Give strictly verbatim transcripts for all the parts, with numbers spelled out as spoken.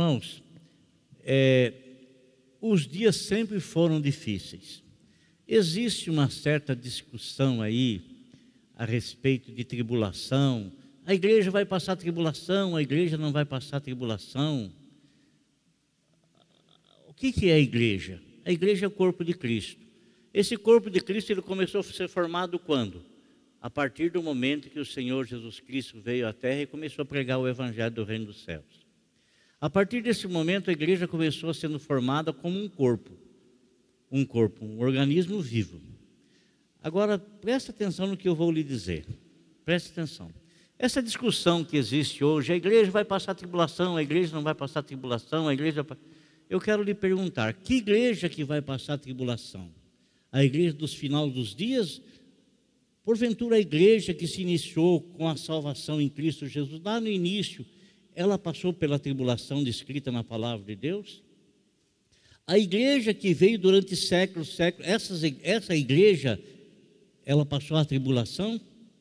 Irmãos, é, os dias sempre foram difíceis. Existe uma certa discussão aí a respeito de tribulação. A igreja vai passar tribulação, a igreja não vai passar tribulação. O que que é a igreja? A igreja é o corpo de Cristo. Esse corpo de Cristo ele começou a ser formado quando? A partir do momento que o Senhor Jesus Cristo veio à terra e começou a pregar o evangelho do reino dos céus. A partir desse momento a igreja começou a sendo formada como um corpo. Um corpo, um organismo vivo. Agora, preste atenção no que eu vou lhe dizer. Preste atenção. Essa discussão que existe hoje, a igreja vai passar tribulação, a igreja não vai passar tribulação, a igreja... Eu quero lhe perguntar, que igreja que vai passar tribulação? A igreja dos final dos dias? Porventura a igreja que se iniciou com a salvação em Cristo Jesus, lá no início, ela passou pela tribulação descrita na palavra de Deus? A igreja que veio durante séculos, séculos, essas, essa igreja, ela passou a tribulação?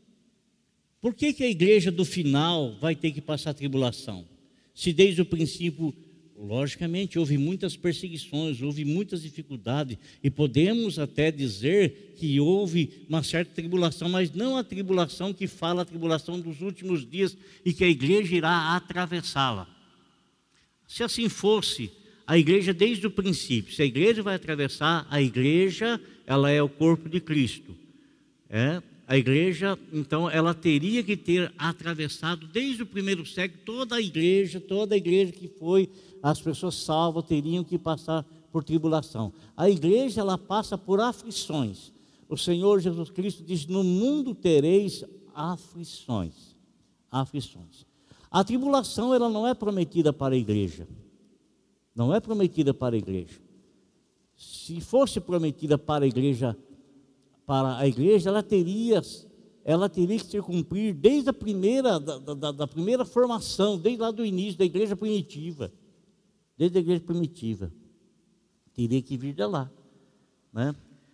Por que que a igreja do final vai ter que passar tribulação? Se desde o princípio, logicamente, houve muitas perseguições, houve muitas dificuldades, e podemos até dizer que houve uma certa tribulação, mas não a tribulação que fala a tribulação dos últimos dias e que a igreja irá atravessá-la. Se assim fosse, a igreja desde o princípio, se a igreja vai atravessar, a igreja, ela é o corpo de Cristo. É, a igreja, então, ela teria que ter atravessado desde o primeiro século, toda a igreja, toda a igreja que foi, as pessoas salvas teriam que passar por tribulação. A igreja, ela passa por aflições. O Senhor Jesus Cristo diz, no mundo tereis aflições. Aflições. A tribulação, ela não é prometida para a igreja. Não é prometida para a igreja. Se fosse prometida para a igreja, para a igreja, ela teria, ela teria que se cumprir desde a primeira, da, da, da primeira formação, desde lá do início da igreja primitiva. Desde a igreja primitiva. Teria que vir de lá. Né?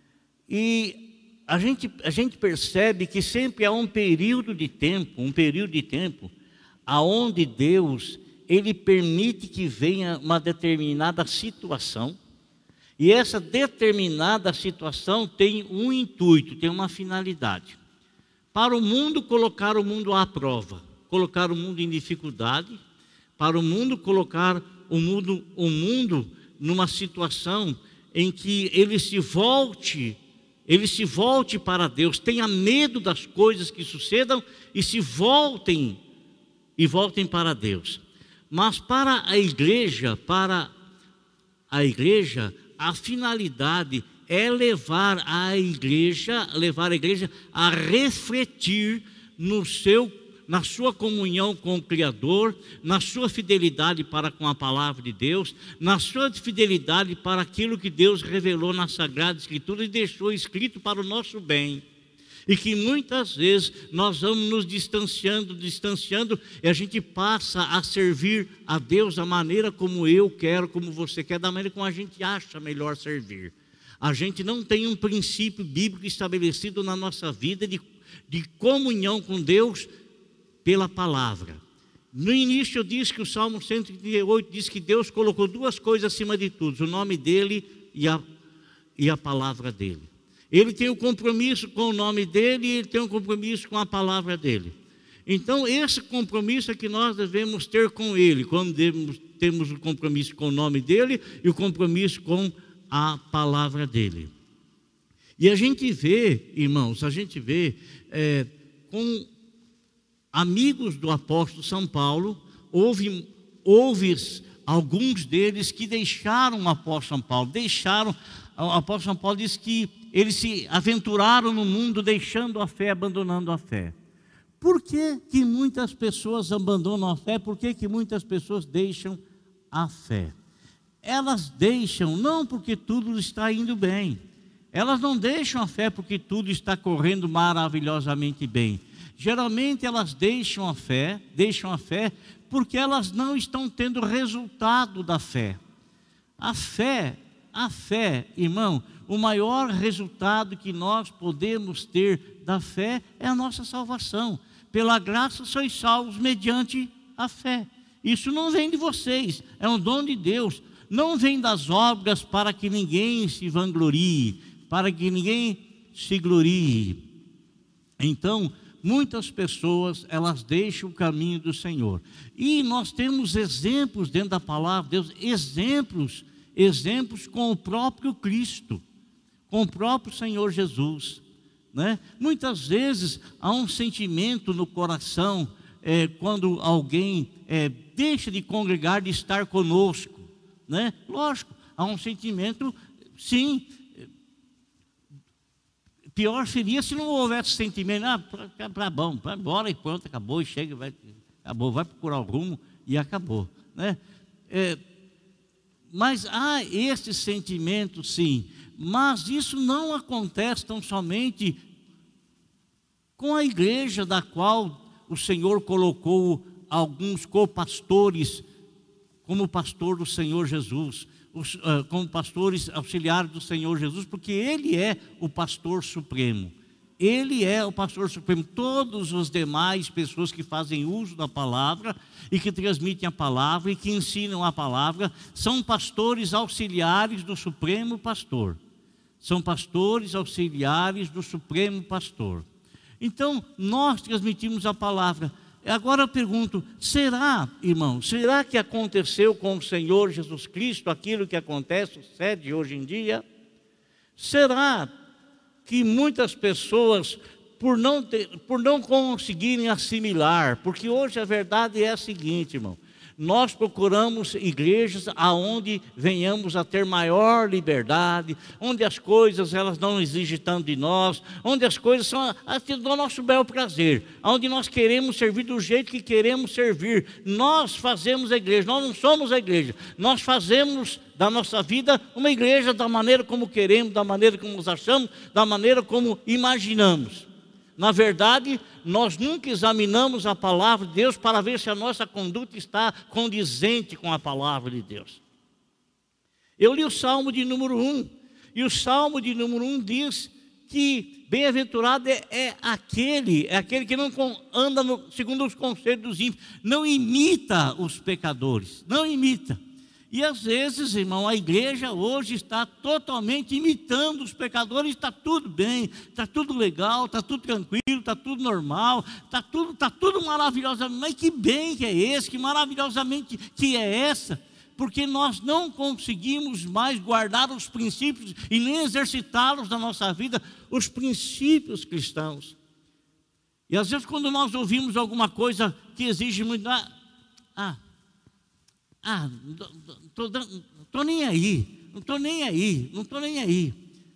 E a gente, a gente percebe que sempre há um período de tempo, um período de tempo, aonde Deus... Ele permite que venha uma determinada situação, e essa determinada situação tem um intuito, tem uma finalidade. Para o mundo, colocar o mundo à prova, colocar o mundo em dificuldade, para o mundo colocar o mundo, o mundo numa situação em que ele se volte, ele se volte para Deus, tenha medo das coisas que sucedam e se voltem, e voltem para Deus. Mas para a igreja, para a igreja, a finalidade é levar a igreja, levar a igreja a refletir no seu, na sua comunhão com o Criador, na sua fidelidade para com a palavra de Deus, na sua fidelidade para aquilo que Deus revelou na Sagrada Escritura e deixou escrito para o nosso bem. E que muitas vezes nós vamos nos distanciando, distanciando, e a gente passa a servir a Deus da maneira como eu quero, como você quer, da maneira como a gente acha melhor servir. A gente não tem um princípio bíblico estabelecido na nossa vida de, de comunhão com Deus pela palavra. No início eu disse que o Salmo cento e trinta e oito diz que Deus colocou duas coisas acima de tudo, o nome dele e a, e a palavra dele. Ele tem o um compromisso com o nome dele e ele tem um compromisso com a palavra dele. Então, esse compromisso é que nós devemos ter com ele, quando devemos, temos o compromisso com o nome dele e o compromisso com a palavra dele. E a gente vê, irmãos, a gente vê é, com amigos do apóstolo São Paulo, houve, houve alguns deles que deixaram o apóstolo São Paulo, deixaram, o apóstolo São Paulo diz que eles se aventuraram no mundo deixando a fé, abandonando a fé. Por que que muitas pessoas abandonam a fé? Por que que muitas pessoas deixam a fé? Elas deixam não porque tudo está indo bem. Elas não deixam a fé porque tudo está correndo maravilhosamente bem. Geralmente elas deixam a fé, deixam a fé porque elas não estão tendo resultado da fé. A fé, a fé, irmão, o maior resultado que nós podemos ter da fé é a nossa salvação. Pela graça sois salvos mediante a fé. Isso não vem de vocês, é um dom de Deus. Não vem das obras para que ninguém se vanglorie, para que ninguém se glorie. Então, muitas pessoas, elas deixam o caminho do Senhor. E nós temos exemplos dentro da palavra de Deus, exemplos, exemplos com o próprio Cristo, com o próprio Senhor Jesus, né? Muitas vezes há um sentimento no coração, é, quando alguém é, deixa de congregar, de estar conosco, né? Lógico, há um sentimento, sim. Pior seria se não houvesse sentimento. Ah, tá bom, vai embora e pronto, acabou, e chega, vai, acabou, vai procurar o rumo e acabou, né? É, mas há esse sentimento, sim, mas isso não acontece tão somente com a igreja da qual o Senhor colocou alguns copastores, como pastor do Senhor Jesus, os, uh, como pastores auxiliares do Senhor Jesus, porque Ele é o pastor supremo. Ele é o pastor supremo. Todos os demais pessoas que fazem uso da palavra e que transmitem a palavra e que ensinam a palavra são pastores auxiliares do supremo pastor. São pastores auxiliares do supremo pastor. Então, nós transmitimos a palavra. Agora eu pergunto, será, irmão, será que aconteceu com o Senhor Jesus Cristo aquilo que acontece, sucede hoje em dia? Será que muitas pessoas, por não, ter, por não conseguirem assimilar, porque hoje a verdade é a seguinte, irmão, nós procuramos igrejas aonde venhamos a ter maior liberdade, onde as coisas elas não exigem tanto de nós, onde as coisas são do nosso bel prazer, onde nós queremos servir do jeito que queremos servir. Nós fazemos a igreja, nós não somos a igreja, nós fazemos da nossa vida uma igreja da maneira como queremos, da maneira como nos achamos, da maneira como imaginamos. Na verdade, nós nunca examinamos a palavra de Deus para ver se a nossa conduta está condizente com a palavra de Deus. Eu li o Salmo de número um, e o Salmo de número um diz que bem-aventurado é, é aquele, é aquele que não anda no, segundo os conselhos dos ímpios, não imita os pecadores, não imita. E às vezes, irmão, a igreja hoje está totalmente imitando os pecadores, está tudo bem, está tudo legal, está tudo tranquilo, está tudo normal, está tudo, está tudo maravilhosamente, mas que bem que é esse, que maravilhosamente que é essa, porque nós não conseguimos mais guardar os princípios e nem exercitá-los na nossa vida, os princípios cristãos. E às vezes quando nós ouvimos alguma coisa que exige muito, ah, ah Ah, não estou nem aí, não estou nem aí, não estou nem aí.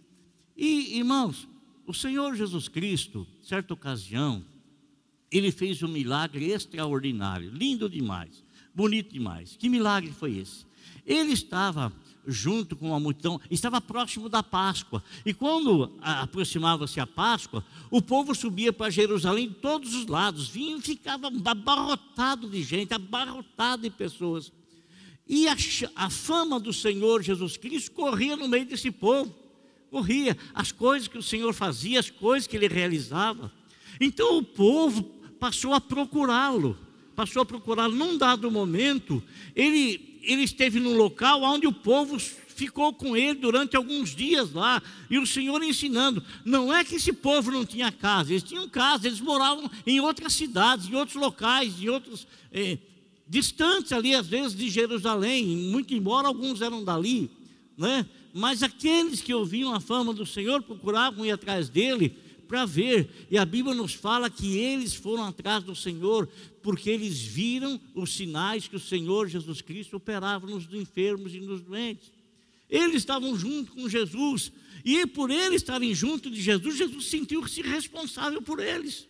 E, irmãos, o Senhor Jesus Cristo, certa ocasião, Ele fez um milagre extraordinário, lindo demais, bonito demais. Que milagre foi esse? Ele estava junto com a multidão, estava próximo da Páscoa. E quando aproximava-se a Páscoa, o povo subia para Jerusalém de todos os lados, vinha e ficava abarrotado de gente, abarrotado de pessoas. E a, a fama do Senhor Jesus Cristo corria no meio desse povo, corria, as coisas que o Senhor fazia, as coisas que Ele realizava. Então o povo passou a procurá-lo, passou a procurá-lo. Num dado momento, ele, ele esteve num local onde o povo ficou com ele durante alguns dias lá, e o Senhor ensinando. Não é que esse povo não tinha casa, eles tinham casa, eles moravam em outras cidades, em outros locais, em outros... Eh, distantes ali, às vezes, de Jerusalém, muito embora alguns eram dali, né? Mas aqueles que ouviam a fama do Senhor procuravam ir atrás dele para ver, e a Bíblia nos fala que eles foram atrás do Senhor, porque eles viram os sinais que o Senhor Jesus Cristo operava nos enfermos e nos doentes. Eles estavam junto com Jesus, e por eles estarem junto de Jesus, Jesus sentiu-se responsável por eles,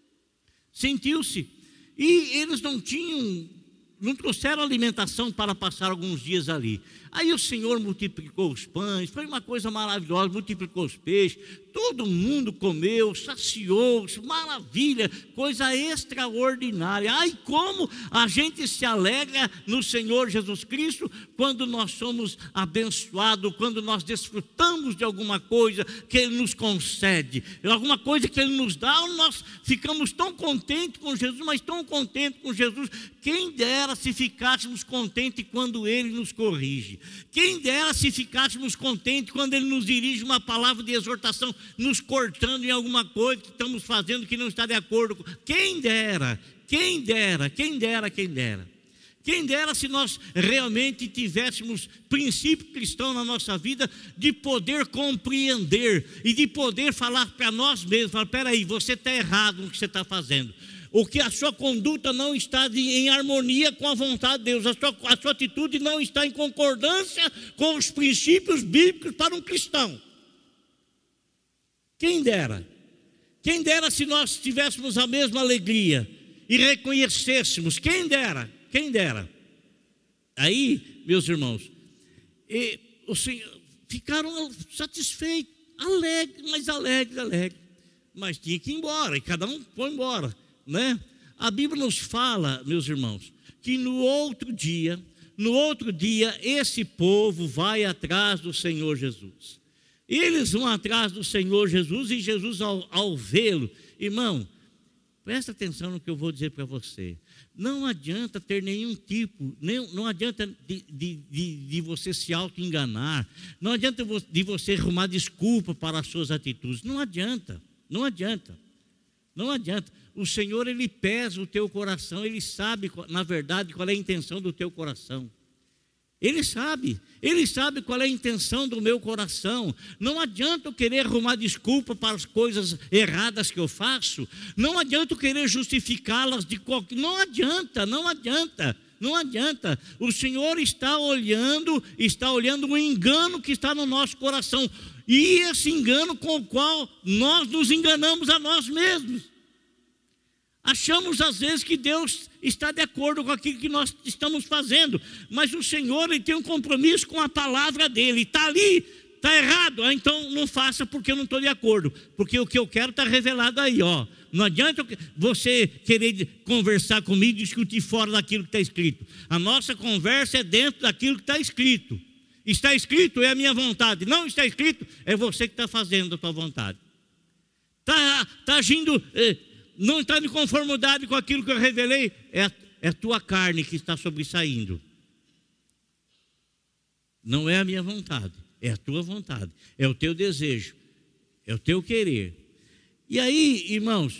sentiu-se, e eles não tinham... não trouxeram alimentação para passar alguns dias ali. Aí o Senhor multiplicou os pães, foi uma coisa maravilhosa, multiplicou os peixes, todo mundo comeu, saciou-se, maravilha, coisa extraordinária. Ai, como a gente se alegra no Senhor Jesus Cristo quando nós somos abençoados, quando nós desfrutamos de alguma coisa que Ele nos concede, alguma coisa que Ele nos dá, nós ficamos tão contentes com Jesus, mas tão contentes com Jesus. Quem dera se ficássemos contentes quando Ele nos corrige. Quem dera se ficássemos contentes quando Ele nos dirige uma palavra de exortação, nos cortando em alguma coisa que estamos fazendo que não está de acordo com... Quem dera, quem dera, quem dera, quem dera. Quem dera se nós realmente tivéssemos princípio cristão na nossa vida, de poder compreender e de poder falar para nós mesmos, falar, peraí, você está errado no que você está fazendo. O que a sua conduta não está de, em harmonia com a vontade de Deus, a sua, a sua atitude não está em concordância com os princípios bíblicos para um cristão. Quem dera, quem dera se nós tivéssemos a mesma alegria e reconhecêssemos, quem dera, quem dera. Aí, meus irmãos, e, o Senhor, ficaram satisfeitos, alegres, mas alegres, alegres, mas tinha que ir embora, e cada um foi embora, né? A Bíblia nos fala, meus irmãos, que no outro dia, no outro dia, esse povo vai atrás do Senhor Jesus. Eles vão atrás do Senhor Jesus, e Jesus, ao, ao vê-lo, irmão, presta atenção no que eu vou dizer para você. Não adianta ter nenhum tipo, nem, não adianta de, de, de, de você se auto-enganar, não adianta de você arrumar desculpa para as suas atitudes, não adianta, não adianta, não adianta. O Senhor, Ele pesa o teu coração, Ele sabe, na verdade, qual é a intenção do teu coração. Ele sabe, Ele sabe qual é a intenção do meu coração. Não adianta eu querer arrumar desculpa para as coisas erradas que eu faço. Não adianta eu querer justificá-las de qualquer... Não adianta, não adianta, não adianta. O Senhor está olhando, está olhando o engano que está no nosso coração. E esse engano com o qual nós nos enganamos a nós mesmos. Achamos às vezes que Deus está de acordo com aquilo que nós estamos fazendo, mas o Senhor, Ele tem um compromisso com a palavra dEle. Está ali, está errado, ah, então não faça porque eu não estou de acordo, porque o que eu quero está revelado aí, ó. Não adianta você querer conversar comigo e discutir fora daquilo que está escrito. A nossa conversa é dentro daquilo que está escrito. Está escrito, é a minha vontade. Não está escrito, é você que está fazendo a tua vontade. Está tá agindo... Eh, não está de conformidade com aquilo que eu revelei, é a, é a tua carne que está sobressaindo. Não é a minha vontade, é a tua vontade, é o teu desejo, é o teu querer. E aí, irmãos,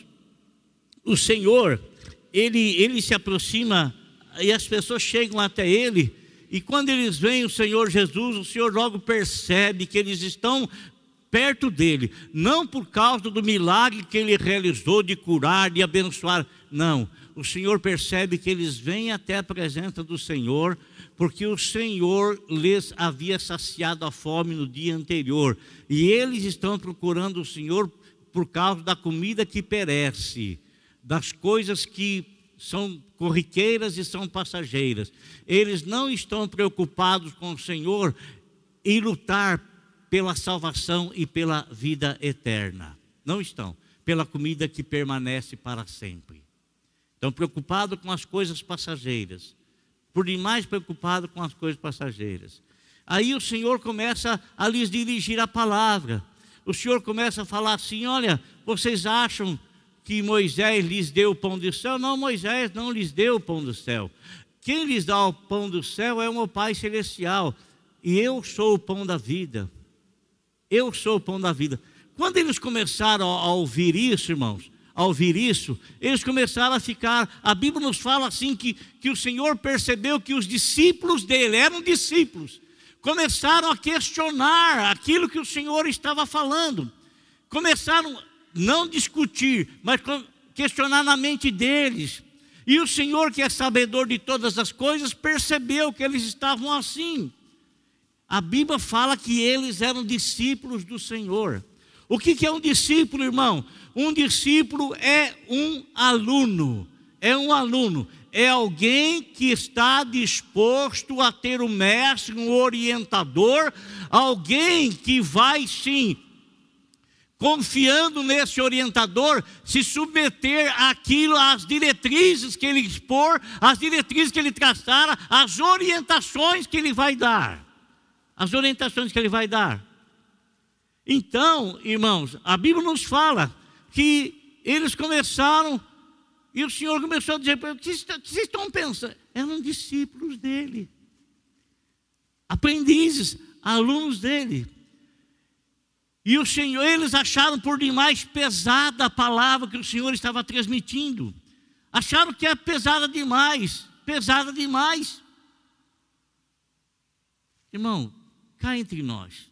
o Senhor, ele, ele se aproxima e as pessoas chegam até Ele, e quando eles veem o Senhor Jesus, o Senhor logo percebe que eles estão perto dele, não por causa do milagre que ele realizou de curar, de abençoar, não. O Senhor percebe que eles vêm até a presença do Senhor, porque o Senhor lhes havia saciado a fome no dia anterior, e eles estão procurando o Senhor por causa da comida que perece, das coisas que são corriqueiras e são passageiras. Eles não estão preocupados com o Senhor em lutar pela salvação e pela vida eterna. Não estão. Pela comida que permanece para sempre. Estão preocupados com as coisas passageiras. Por demais preocupados com as coisas passageiras. Aí o Senhor começa a lhes dirigir a palavra. O Senhor começa a falar assim, olha, vocês acham que Moisés lhes deu o pão do céu? Não, Moisés não lhes deu o pão do céu. Quem lhes dá o pão do céu é o meu Pai Celestial. E eu sou o pão da vida. Eu sou o pão da vida. Quando eles começaram a ouvir isso, irmãos, a ouvir isso, eles começaram a ficar, a Bíblia nos fala assim, que, que o Senhor percebeu que os discípulos dele, eram discípulos, começaram a questionar aquilo que o Senhor estava falando. Começaram, não discutir, mas questionar na mente deles. E o Senhor, que é sabedor de todas as coisas, percebeu que eles estavam assim. A Bíblia fala que eles eram discípulos do Senhor. O que é um discípulo, irmão? Um discípulo é um aluno. É um aluno. É alguém que está disposto a ter um mestre, um orientador. Alguém que vai, sim, confiando nesse orientador, se submeter àquilo, às diretrizes que ele expor, às diretrizes que ele traçar, às orientações que ele vai dar. As orientações que ele vai dar. Então, irmãos, a Bíblia nos fala que eles começaram, e o Senhor começou a dizer para eles: vocês estão pensando? Eram discípulos dele, aprendizes, alunos dele. E o Senhor, eles acharam por demais pesada a palavra que o Senhor estava transmitindo. Acharam que é pesada demais, pesada demais. Irmão, cá entre nós,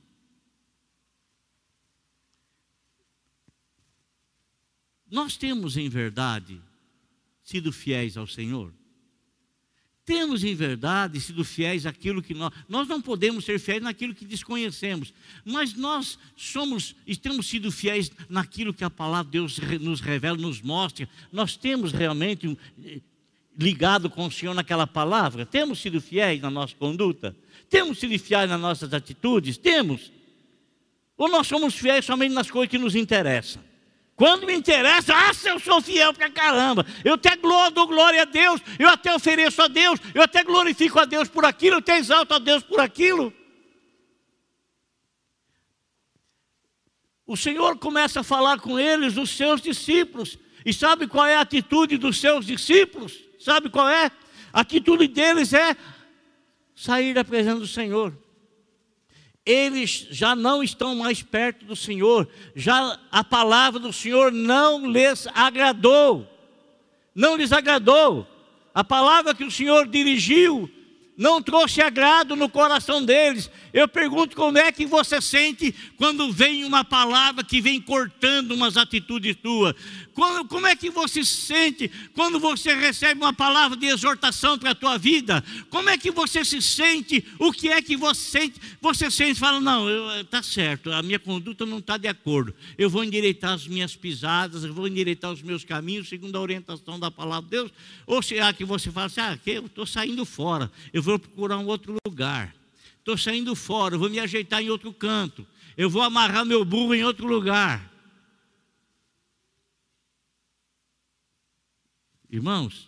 nós temos em verdade sido fiéis ao Senhor? Temos em verdade sido fiéis àquilo que nós... Nós não podemos ser fiéis naquilo que desconhecemos, mas nós somos, temos sido fiéis naquilo que a palavra de Deus nos revela, nos mostra. Nós temos realmente um, ligado com o Senhor naquela palavra? Temos sido fiéis na nossa conduta? Temos sido fiéis nas nossas atitudes? Temos? Ou nós somos fiéis somente nas coisas que nos interessam? Quando me interessa, ah, eu sou fiel pra caramba, eu até dou glória a Deus, eu até ofereço a Deus, eu até glorifico a Deus por aquilo, eu até exalto a Deus por aquilo. O Senhor começa a falar com eles, os seus discípulos, e sabe qual é a atitude dos seus discípulos? Sabe qual é? A atitude deles é sair da presença do Senhor. Eles já não estão mais perto do Senhor, já a palavra do Senhor não lhes agradou, não lhes agradou. A palavra que o Senhor dirigiu não trouxe agrado no coração deles. Eu pergunto, como é que você sente quando vem uma palavra que vem cortando umas atitudes tuas? Quando, como é que você se sente quando você recebe uma palavra de exortação para a tua vida? Como é que você se sente? O que é que você sente? Você sente e fala: não, está certo, a minha conduta não está de acordo. Eu vou endireitar as minhas pisadas, eu vou endireitar os meus caminhos segundo a orientação da palavra de Deus. Ou será que você fala assim: ah, eu estou saindo fora, eu vou procurar um outro lugar. Estou saindo fora, eu vou me ajeitar em outro canto. Eu vou amarrar meu burro em outro lugar. Irmãos,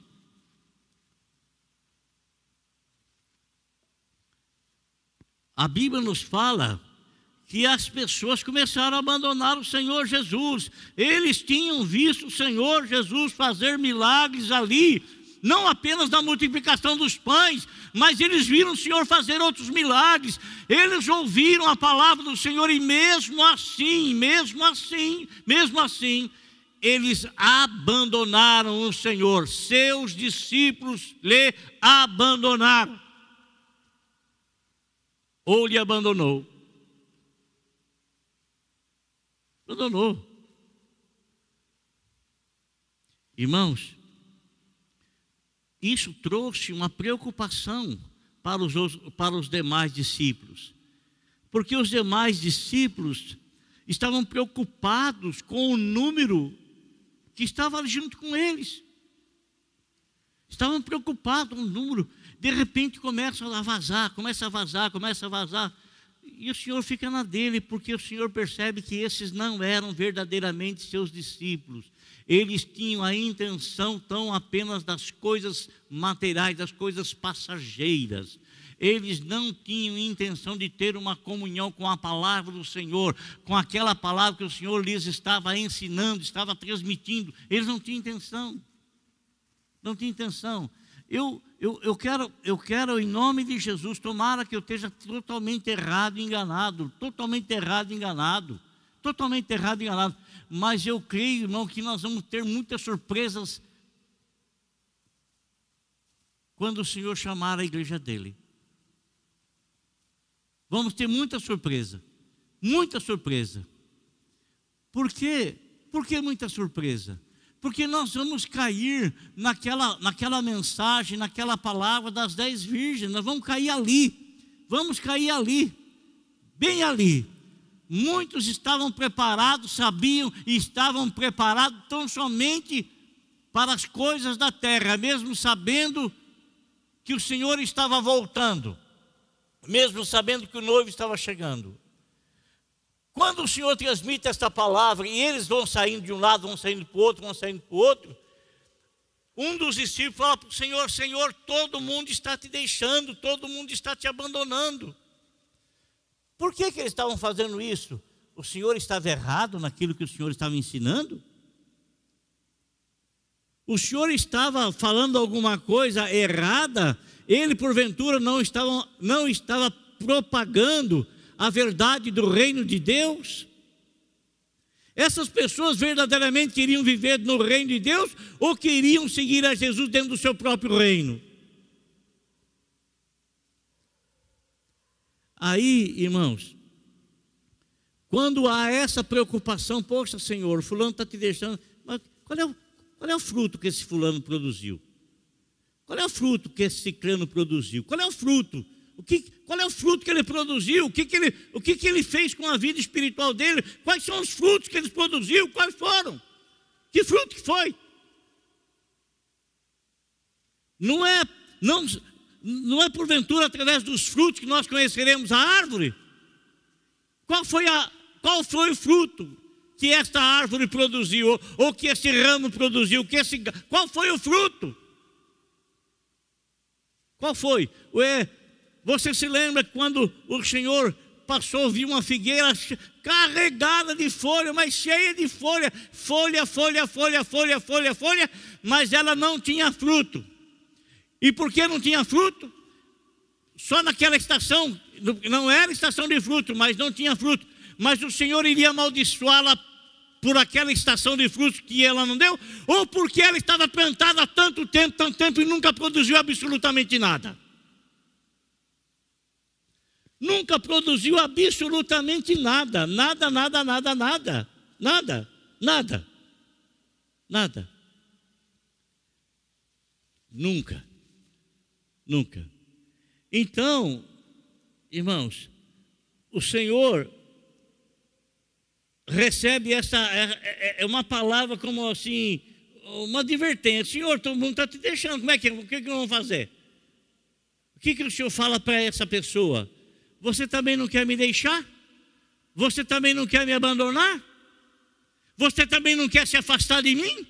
a Bíblia nos fala que as pessoas começaram a abandonar o Senhor Jesus. Eles tinham visto o Senhor Jesus fazer milagres ali, não apenas na multiplicação dos pães, mas eles viram o Senhor fazer outros milagres. Eles ouviram a palavra do Senhor e mesmo assim, mesmo assim, mesmo assim, eles abandonaram o Senhor. Seus discípulos lhe abandonaram. Ou lhe abandonou. Abandonou. Irmãos, isso trouxe uma preocupação para os, para os demais discípulos, porque os demais discípulos estavam preocupados com o número que estava junto com eles. Estavam preocupados com o número. De repente começa a vazar, começa a vazar, começa a vazar. E o Senhor fica na dele, porque o Senhor percebe que esses não eram verdadeiramente seus discípulos. Eles tinham a intenção tão apenas das coisas materiais, das coisas passageiras. Eles não tinham intenção de ter uma comunhão com a palavra do Senhor, com aquela palavra que o Senhor lhes estava ensinando, estava transmitindo. Eles não tinham intenção. Não tinham intenção. Eu, eu, eu, quero, eu quero, em nome de Jesus, tomara que eu esteja totalmente errado e enganado, totalmente errado e enganado, totalmente errado e enganado. Mas eu creio, irmão, que nós vamos ter muitas surpresas quando o Senhor chamar a igreja dele. Vamos ter muita surpresa, muita surpresa. Por quê? Por que muita surpresa? Porque nós vamos cair naquela, naquela mensagem, naquela palavra das dez virgens. Nós vamos cair ali, vamos cair ali, bem ali. Muitos estavam preparados, sabiam e estavam preparados tão somente para as coisas da terra, mesmo sabendo que o Senhor estava voltando, mesmo sabendo que o noivo estava chegando. Quando o Senhor transmite esta palavra e eles vão saindo de um lado, vão saindo para o outro, vão saindo para o outro, um dos discípulos fala para o Senhor: Senhor, todo mundo está te deixando, todo mundo está te abandonando. Por que que eles estavam fazendo isso? O Senhor estava errado naquilo que o Senhor estava ensinando? O Senhor estava falando alguma coisa errada? Ele, porventura, não estava, não estava propagando a verdade do reino de Deus? Essas pessoas verdadeiramente queriam viver no reino de Deus ou queriam seguir a Jesus dentro do seu próprio reino? Aí, irmãos, quando há essa preocupação, poxa, Senhor, fulano está te deixando, mas qual é, o, qual é o fruto que esse fulano produziu? Qual é o fruto que esse ciclano produziu? Qual é o fruto? O que, qual é o fruto que ele produziu? O, que, que, ele, o que, que ele fez com a vida espiritual dele? Quais são os frutos que ele produziu? Quais foram? Que fruto que foi? Não é, não, não é porventura através dos frutos que nós conheceremos a árvore? Qual foi, a, qual foi o fruto que esta árvore produziu? Ou, ou que esse ramo produziu? Que esse, qual foi o fruto? Qual foi? Ué, você se lembra quando o Senhor passou, viu uma figueira carregada de folha, mas cheia de folha, folha, folha, folha, folha, folha, folha, mas ela não tinha fruto. E por que não tinha fruto? Só naquela estação, não era estação de fruto, mas não tinha fruto. Mas o Senhor iria amaldiçoá-la por aquela estação de frutos que ela não deu, ou porque ela estava plantada há tanto tempo, tanto tempo e nunca produziu absolutamente nada. Nunca produziu absolutamente nada, nada, nada, nada, nada, nada, nada, nada. Nunca, nunca. Então, irmãos, o Senhor recebe essa, é, é uma palavra como assim, uma advertência. Senhor, todo mundo está te deixando, como é que, o que, que nós vamos fazer? O que, que o Senhor fala para essa pessoa? Você também não quer me deixar? Você também não quer me abandonar? Você também não quer se afastar de mim?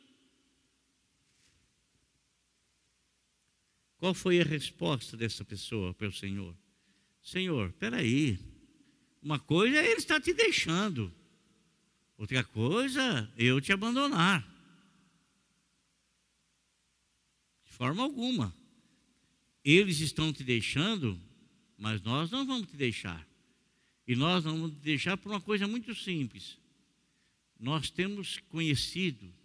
Qual foi a resposta dessa pessoa para o Senhor? Senhor, espera aí, uma coisa é ele estar te deixando, outra coisa é eu te abandonar. De forma alguma. Eles estão te deixando, mas nós não vamos te deixar. E nós não vamos te deixar por uma coisa muito simples. Nós temos conhecido,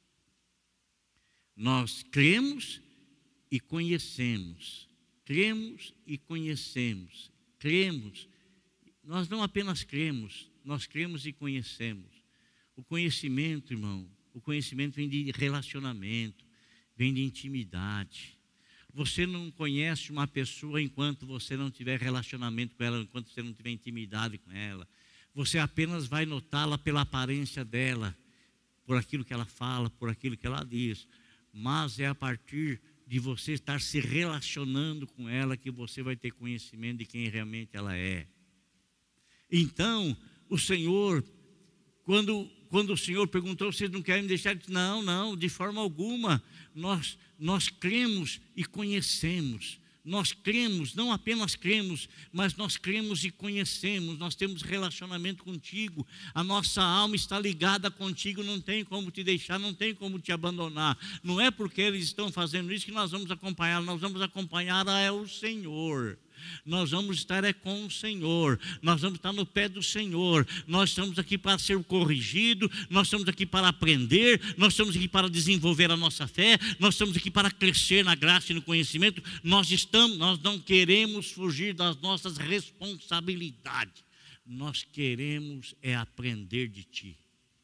nós cremos e conhecemos, cremos e conhecemos, cremos. Nós não apenas cremos, nós cremos e conhecemos. O conhecimento, irmão, o conhecimento vem de relacionamento, vem de intimidade. Você não conhece uma pessoa enquanto você não tiver relacionamento com ela, enquanto você não tiver intimidade com ela. Você apenas vai notá-la pela aparência dela, por aquilo que ela fala, por aquilo que ela diz. Mas é a partir de você estar se relacionando com ela que você vai ter conhecimento de quem realmente ela é. Então, o Senhor, quando, quando o Senhor perguntou, vocês não querem me deixar? Ele disse, não, não, de forma alguma, nós, nós cremos e conhecemos. Nós cremos, não apenas cremos, mas nós cremos e conhecemos, nós temos relacionamento contigo, a nossa alma está ligada contigo, não tem como te deixar, não tem como te abandonar. Não é porque eles estão fazendo isso que nós vamos acompanhar, nós vamos acompanhar é o Senhor. Nós vamos estar é com o Senhor, nós vamos estar no pé do Senhor, nós estamos aqui para ser corrigido, nós estamos aqui para aprender, nós estamos aqui para desenvolver a nossa fé, nós estamos aqui para crescer na graça e no conhecimento, nós, estamos, nós não queremos fugir das nossas responsabilidades, nós queremos é aprender de Ti,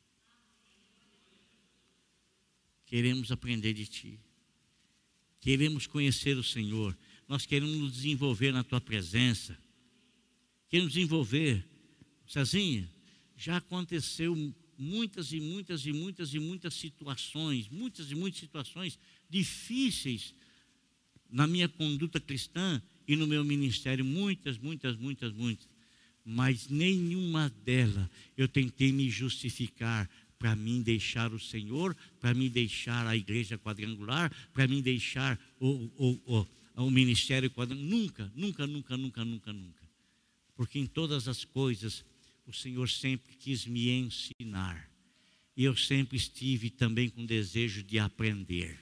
queremos aprender de Ti, queremos conhecer o Senhor. Nós queremos nos desenvolver na Tua presença. Queremos desenvolver. Cezinha, já aconteceu muitas e muitas e muitas e muitas situações, muitas e muitas situações difíceis na minha conduta cristã e no meu ministério. Muitas, muitas, muitas, muitas. mas nenhuma delas eu tentei me justificar para mim deixar o Senhor, para mim deixar a igreja quadrangular, para mim deixar o, o, o, o ministério quadrangular. Nunca, nunca, nunca, nunca, nunca, nunca. Porque em todas as coisas o Senhor sempre quis me ensinar. E eu sempre estive também com desejo de aprender.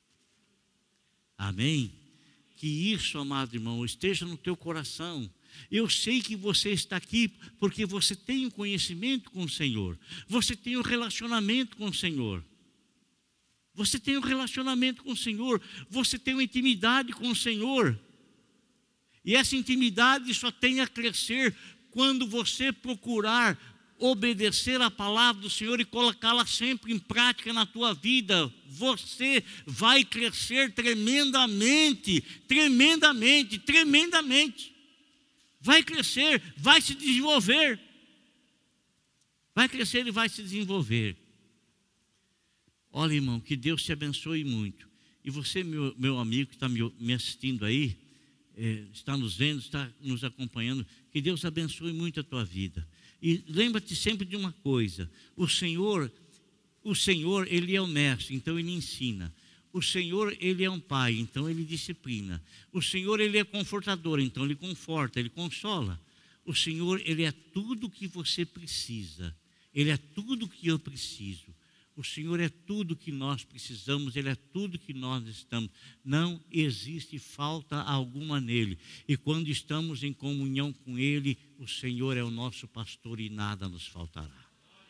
Amém? Que isso, amado irmão, esteja no teu coração. Eu sei que você está aqui porque você tem um conhecimento com o Senhor. Você tem um relacionamento com o Senhor. Você tem um relacionamento com o Senhor. Você tem uma intimidade com o Senhor. E essa intimidade só tem a crescer quando você procurar obedecer a palavra do Senhor e colocá-la sempre em prática na tua vida. Você vai crescer tremendamente, tremendamente, tremendamente. Vai crescer, vai se desenvolver. Vai crescer e vai se desenvolver. Olha, irmão, que Deus te abençoe muito. E você, meu, meu amigo que está me, me assistindo aí, é, está nos vendo, está nos acompanhando, que Deus abençoe muito a tua vida. E lembra-te sempre de uma coisa: o Senhor, o Senhor, Ele é o mestre, então Ele ensina. O Senhor, Ele é um pai, então Ele disciplina. O Senhor, Ele é confortador, então Ele conforta, Ele consola. O Senhor, Ele é tudo que você precisa. Ele é tudo que eu preciso. O Senhor é tudo que nós precisamos, Ele é tudo que nós estamos. Não existe falta alguma nele. E quando estamos em comunhão com Ele, o Senhor é o nosso pastor e nada nos faltará.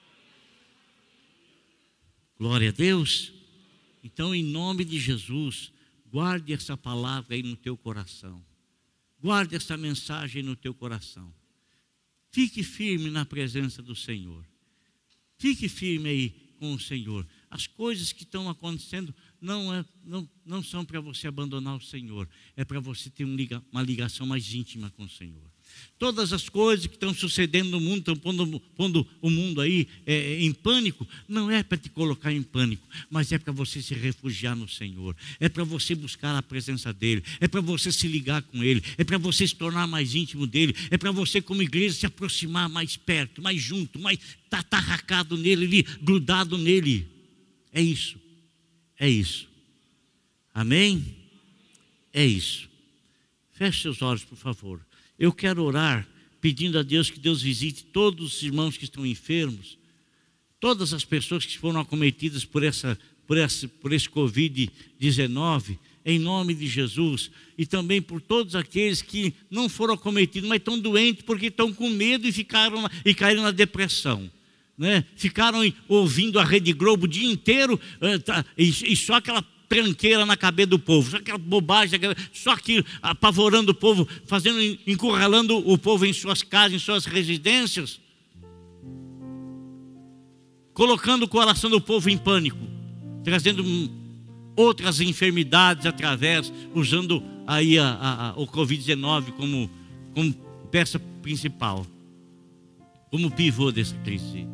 Glória a Deus. Então, em nome de Jesus, guarde essa palavra aí no teu coração. Guarde essa mensagem no teu coração. Fique firme na presença do Senhor. Fique firme aí com o Senhor. As coisas que estão acontecendo não, é, não, não são para você abandonar o Senhor. É para você ter um liga, uma ligação mais íntima com o Senhor. Todas as coisas que estão sucedendo no mundo, estão pondo, pondo o mundo aí é, em pânico, não é para te colocar em pânico, mas é para você se refugiar no Senhor, é para você buscar a presença dEle, é para você se ligar com Ele, é para você se tornar mais íntimo dEle, é para você como igreja se aproximar mais perto, mais junto, mais tá atarracado nele, ali, grudado nele. É isso, é isso. Amém? É isso. Feche seus olhos, por favor. Eu quero orar pedindo a Deus que Deus visite todos os irmãos que estão enfermos, todas as pessoas que foram acometidas por, essa, por, essa, por esse covid dezenove, em nome de Jesus, e também por todos aqueles que não foram acometidos, mas estão doentes porque estão com medo e, ficaram, e caíram na depressão. Né? Ficaram ouvindo a Rede Globo o dia inteiro uh, tá, e, e só aquela tranqueira na cabeça do povo, só aquela bobagem, só aquilo, apavorando o povo, fazendo, encurralando o povo em suas casas, em suas residências, colocando o coração do povo em pânico, trazendo outras enfermidades através, usando aí a, a, a, o covid dezenove como, como peça principal, como pivô dessa crise.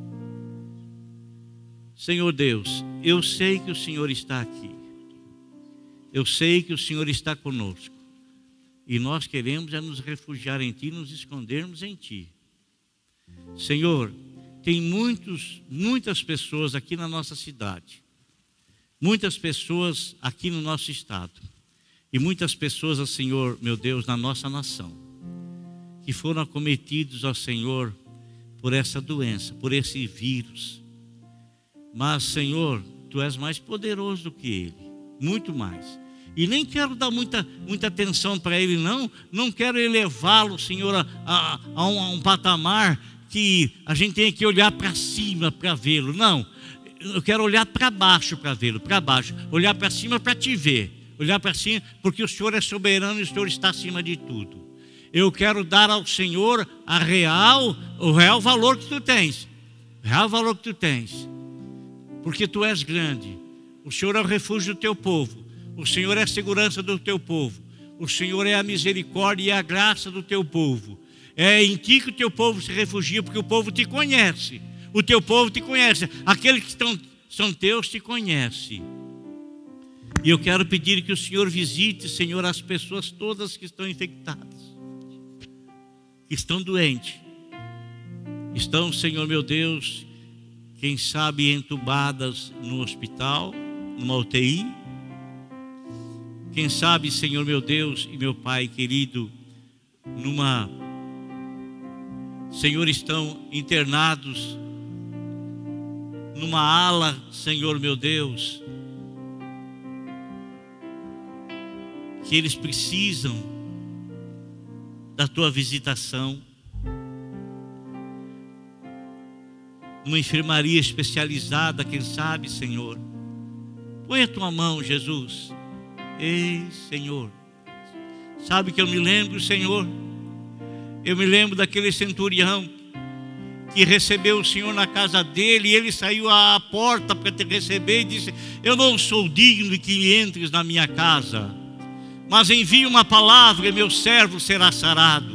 Senhor Deus, eu sei que o Senhor está aqui. Eu sei que o Senhor está conosco. E nós queremos é nos refugiar em Ti, nos escondermos em Ti. Senhor, tem muitos, muitas pessoas aqui na nossa cidade. Muitas pessoas aqui no nosso estado. E muitas pessoas, ó Senhor, meu Deus, na nossa nação. Que foram acometidos, ó Senhor, por essa doença, por esse vírus. Mas, Senhor, Tu és mais poderoso do que ele. Muito mais. E nem quero dar muita, muita atenção para ele, não. Não quero elevá-lo, Senhor, a, a, a, um, a um patamar que a gente tem que olhar para cima para vê-lo. Não, eu quero olhar para baixo para vê-lo, para baixo. Olhar para cima para te ver. Olhar para cima porque o Senhor é soberano e o Senhor está acima de tudo. Eu quero dar ao Senhor a real, o real valor que Tu tens. O real valor que Tu tens. Porque Tu és grande. O Senhor é o refúgio do Teu povo. O Senhor é a segurança do Teu povo. O Senhor é a misericórdia e a graça do Teu povo. É em Ti que o Teu povo se refugia, porque o povo Te conhece. O Teu povo Te conhece. Aqueles que estão, são Teus Te conhecem. E eu quero pedir que o Senhor visite, Senhor, as pessoas todas que estão infectadas, que estão doentes. estão, Senhor meu Deus, quem sabe entubadas no hospital, numa U T I. Quem sabe, Senhor meu Deus e meu Pai querido, numa, Senhor, estão internados numa ala, Senhor meu Deus, que eles precisam da tua visitação. Uma enfermaria especializada, quem sabe, Senhor. Põe a tua mão, Jesus. Ei, Senhor. Sabe que eu me lembro, Senhor, eu me lembro daquele centurião que recebeu o Senhor na casa dele, e ele saiu à porta para te receber e disse: eu não sou digno de que entres na minha casa, mas envie uma palavra e meu servo será sarado.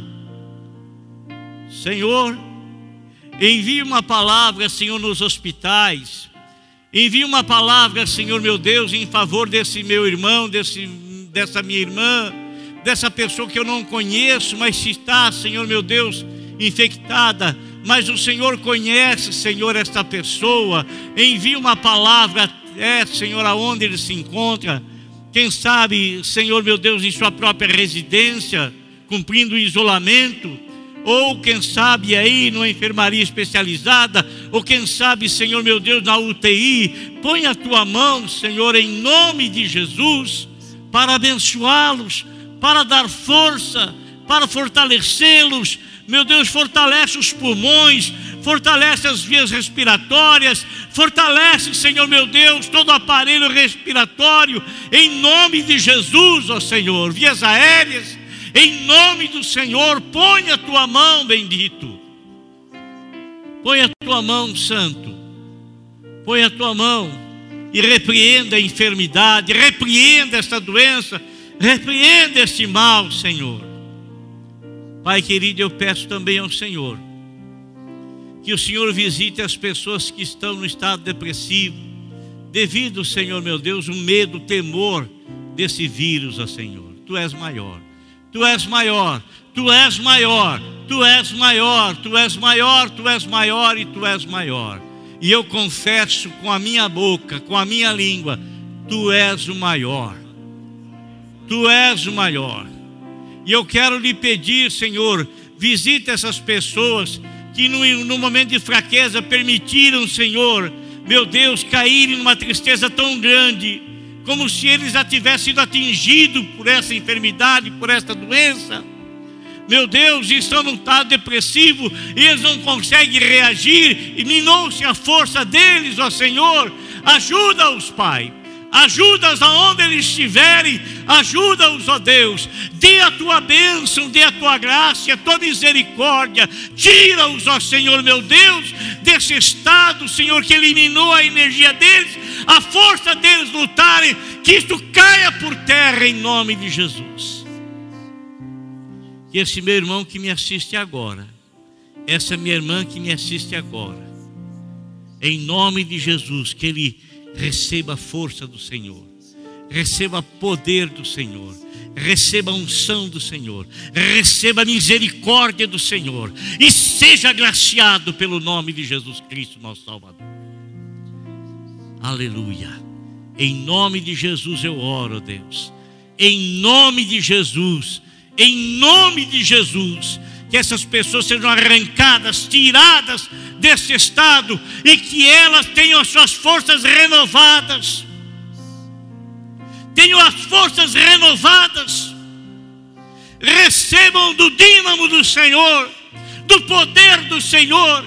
Senhor, envie uma palavra, Senhor, nos hospitais. Envie uma palavra, Senhor meu Deus, em favor desse meu irmão, desse, dessa minha irmã, dessa pessoa que eu não conheço, mas se está, Senhor meu Deus, infectada, mas o Senhor conhece, Senhor, esta pessoa. Envie uma palavra, é, Senhor, aonde ele se encontra. Quem sabe, Senhor meu Deus, em sua própria residência, cumprindo o isolamento, ou quem sabe aí numa enfermaria especializada, ou quem sabe, Senhor meu Deus, na U T I. Põe a tua mão, Senhor, em nome de Jesus, para abençoá-los, para dar força, para fortalecê-los. Meu Deus, fortalece os pulmões, fortalece as vias respiratórias, fortalece, Senhor meu Deus, todo o aparelho respiratório, em nome de Jesus, ó Senhor, vias aéreas, em nome do Senhor. Põe a tua mão, bendito, põe a tua mão, santo, põe a tua mão e repreenda a enfermidade, repreenda esta doença, repreenda este mal, Senhor. Pai querido, eu peço também ao Senhor que o Senhor visite as pessoas que estão no estado depressivo, devido, Senhor meu Deus, o medo, o temor desse vírus, ó Senhor. Tu és maior, Tu és maior, Tu és maior, Tu és maior, Tu és maior, Tu és maior e Tu és maior. E eu confesso com a minha boca, com a minha língua, Tu és o maior, Tu és o maior. E eu quero lhe pedir, Senhor, visita essas pessoas que no, no momento de fraqueza permitiram, Senhor, meu Deus, caírem numa tristeza tão grande, como se eles já tivessem sido atingidos por essa enfermidade, por essa doença. Meu Deus, estão num estado depressivo e eles não conseguem reagir, e minou-se a força deles, ó Senhor. Ajuda-os, Pai. Ajuda-os aonde eles estiverem, ajuda-os, ó Deus. Dê a tua bênção, dê a tua graça, a tua misericórdia. Tira-os, ó Senhor meu Deus, desse estado, Senhor, que eliminou a energia deles, a força deles lutarem, que isto caia por terra em nome de Jesus. Que esse meu irmão que me assiste agora, essa minha irmã que me assiste agora, em nome de Jesus, que ele receba a força do Senhor, receba poder do Senhor, receba a unção do Senhor, receba a misericórdia do Senhor e seja agraciado pelo nome de Jesus Cristo, nosso Salvador. Aleluia. Em nome de Jesus eu oro, Deus. Em nome de Jesus, em nome de Jesus, que essas pessoas sejam arrancadas, tiradas desse estado e que elas tenham as suas forças renovadas. Tenham as forças renovadas. Recebam do dínamo do Senhor, do poder do Senhor.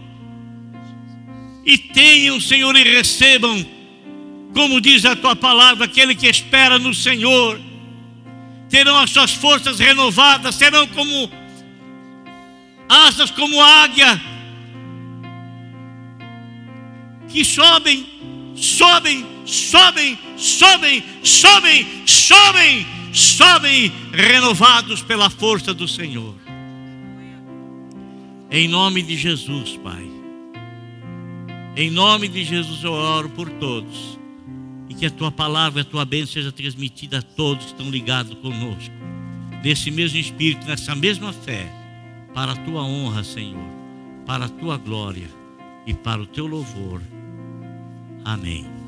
E tenham, Senhor, e recebam, como diz a tua palavra, aquele que espera no Senhor terão as suas forças renovadas, serão como asas como águia, que sobem, sobem, sobem, sobem, sobem, sobem, sobem, renovados pela força do Senhor. Em nome de Jesus, Pai. Em nome de Jesus eu oro por todos. E que a tua palavra, a tua bênção seja transmitida a todos que estão ligados conosco. Nesse mesmo espírito, nessa mesma fé. Para a tua honra, Senhor, para a tua glória e para o teu louvor. Amém.